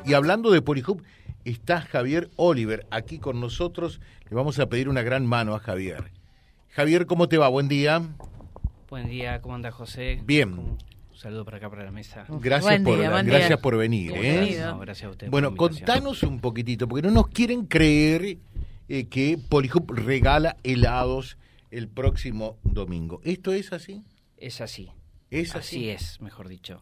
Y hablando de Polihub, está Javier Oliver aquí con nosotros. Le vamos a pedir una gran mano a Javier. Javier, ¿cómo te va? Buen día. Buen día, ¿cómo anda José? Bien. Un saludo para acá, para la mesa. Gracias por venir. No, gracias a usted. Bueno, contanos un poquitito, porque no nos quieren creer que Polihub regala helados el próximo domingo. ¿Esto es así? Es así. ¿Es así? Así es, mejor dicho.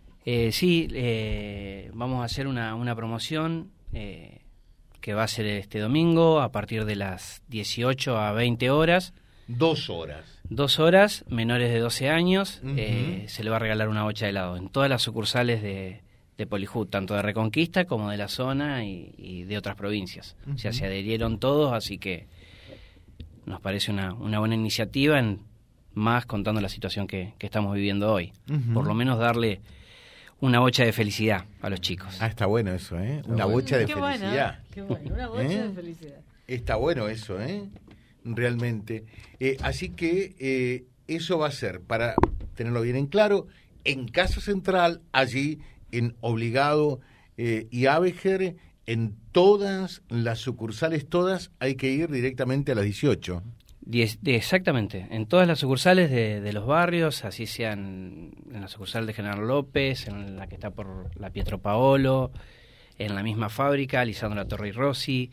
Vamos a hacer una promoción que va a ser este domingo a partir de las 18 a 20 horas. 2 horas. 2 horas, menores de 12 años, Uh-huh. se le va a regalar una bocha de helado en todas las sucursales de Polihub, tanto de Reconquista como de la zona y de otras provincias. Uh-huh. O sea, se adherieron todos, así que nos parece una buena iniciativa, más contando la situación que estamos viviendo hoy. Uh-huh. Por lo menos darle una bocha de felicidad a los chicos. Ah, está bueno eso, ¿eh? Una bocha de felicidad. Qué bueno, una bocha de felicidad. Está bueno eso, ¿eh? Realmente. Así que eso va a ser, para tenerlo bien en claro, en Casa Central, allí en Obligado y Avejer, en todas las sucursales, todas hay que ir directamente a las 18. Exactamente, en todas las sucursales de los barrios, así sean en la sucursal de General López, en la que está por la Pietro Paolo, en la misma fábrica, Lisandro La Torre y Rossi,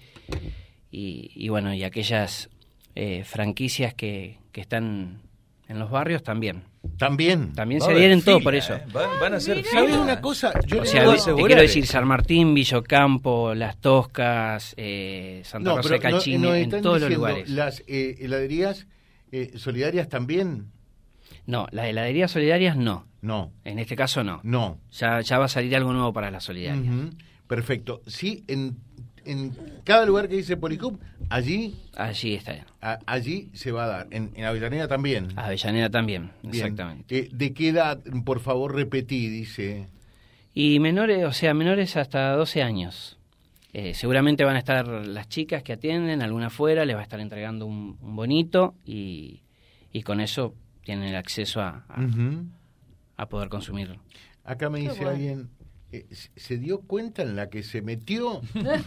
y bueno, y aquellas franquicias que están en los barrios también. También Se adhieren todo por eso. Van a hacer ¿Sabes fila. una cosa? Yo O sea, te quiero decir, San Martín, Villocampo, Las Toscas, Santa Rosa de Calchini, en todos los lugares. ¿Las heladerías solidarias también? No, las heladerías solidarias no. No. En este caso no. No. Ya va a salir algo nuevo para las solidarias. Uh-huh. Perfecto. Sí, en cada lugar que dice Polihub, allí está. Allí se va a dar. En Avellaneda también. Avellaneda también, Bien. Exactamente. ¿De qué edad, por favor, repetí, dice? Y menores hasta 12 años. Seguramente van a estar las chicas que atienden, alguna afuera, les va a estar entregando un bonito y con eso tienen el acceso Uh-huh. a poder consumir. Acá me dice alguien, ¿se dio cuenta en la que se metió?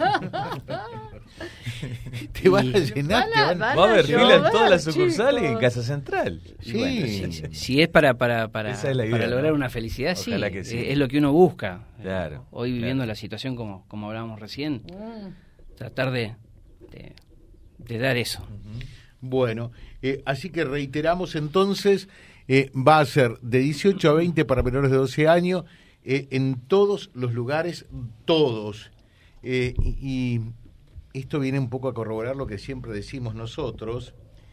Te van a llenar. Va a haber fila en todas las sucursales y en Casa Central. Sí. Bueno, si es para Esa es la idea, para lograr ¿no? una felicidad, Ojalá que sí. es lo que uno busca. Claro, Hoy viviendo claro. la situación como hablábamos recién, tratar de dar eso. Bueno, así que reiteramos entonces, va a ser de 18 a 20 para menores de 12 años, en todos los lugares, todos. Y esto viene un poco a corroborar lo que siempre decimos nosotros.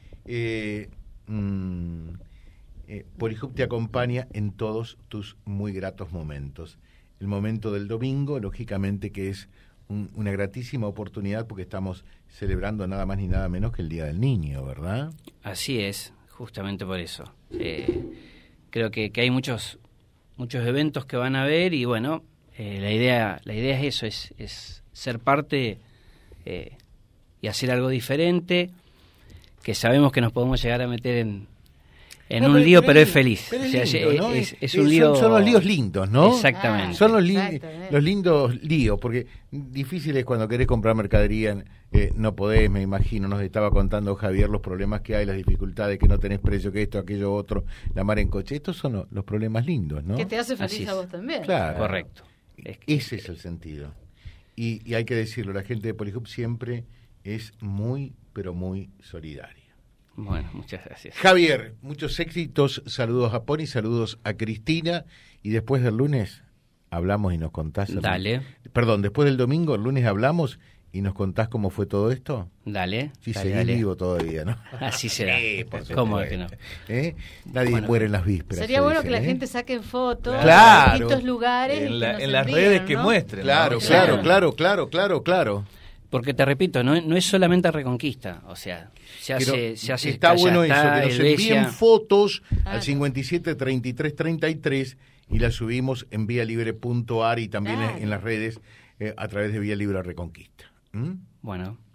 Polihub te acompaña en todos tus muy gratos momentos. El momento del domingo, lógicamente que es una gratísima oportunidad porque estamos celebrando nada más ni nada menos que el Día del Niño, ¿verdad? Así es, justamente por eso. Creo que hay muchos eventos que van a haber y bueno, la idea es eso, es ser parte y hacer algo diferente, que sabemos que nos podemos llegar a meter en un lío, pero es feliz. Pero O sea, lindo, ¿no? es un lío. Son los líos lindos, ¿no? Exactamente. Son los Exactamente. lindos líos, porque difícil es cuando querés comprar mercadería, no podés, me imagino, nos estaba contando Javier los problemas que hay, las dificultades, que no tenés precio, que esto, aquello, otro, la mar en coche. Estos son los problemas lindos, ¿no? Que te hace Así feliz es. a vos también. Claro. Correcto. Ese es el sentido. Y hay que decirlo, la gente de Polihub siempre es muy, pero muy solidaria. Bueno, muchas gracias. Javier, muchos éxitos, saludos a Pony, saludos a Cristina, y después del lunes hablamos y nos contás. Dale. Perdón, después del domingo, el lunes hablamos y nos contás cómo fue todo esto. Dale. Sí, dale, seguís dale. vivo todavía, ¿no? Así será. por ¿Cómo supuesto. que no? Nadie Bueno, muere en las vísperas. Sería se bueno dice, que la gente saque fotos Claro. de distintos lugares y En, que la- nos en las envíen, redes que ¿no? muestren. Claro, ¿no? claro. Porque te repito, no es solamente Reconquista, o sea, se hace está bueno eso, Callastá, que nos Helvecia. envíen fotos Ah, al 57 33 33 y las subimos en vialibre.ar y también Claro. en las redes a través de Vía Libre Reconquista. ¿Mm? Bueno,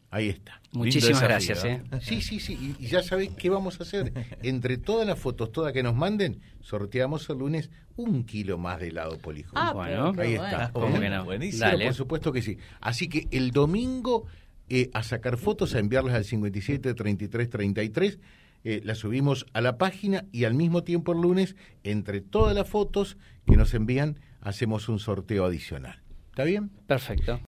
Ahí está. Muchísimas Lindo gracias. desafío, Sí. Y ya sabés qué vamos a hacer. Entre todas las fotos, todas que nos manden, sorteamos el lunes 1 kilo más de helado Polijo. Ah, Bueno, pero ahí bueno. está. ¿Cómo ¿Eh? que no? Buenísimo. Pero Dale. por supuesto que sí. Así que el domingo a sacar fotos, a enviarlas al 57 33 33. Las subimos a la página y al mismo tiempo el lunes, entre todas las fotos que nos envían, hacemos un sorteo adicional. ¿Está bien? Perfecto.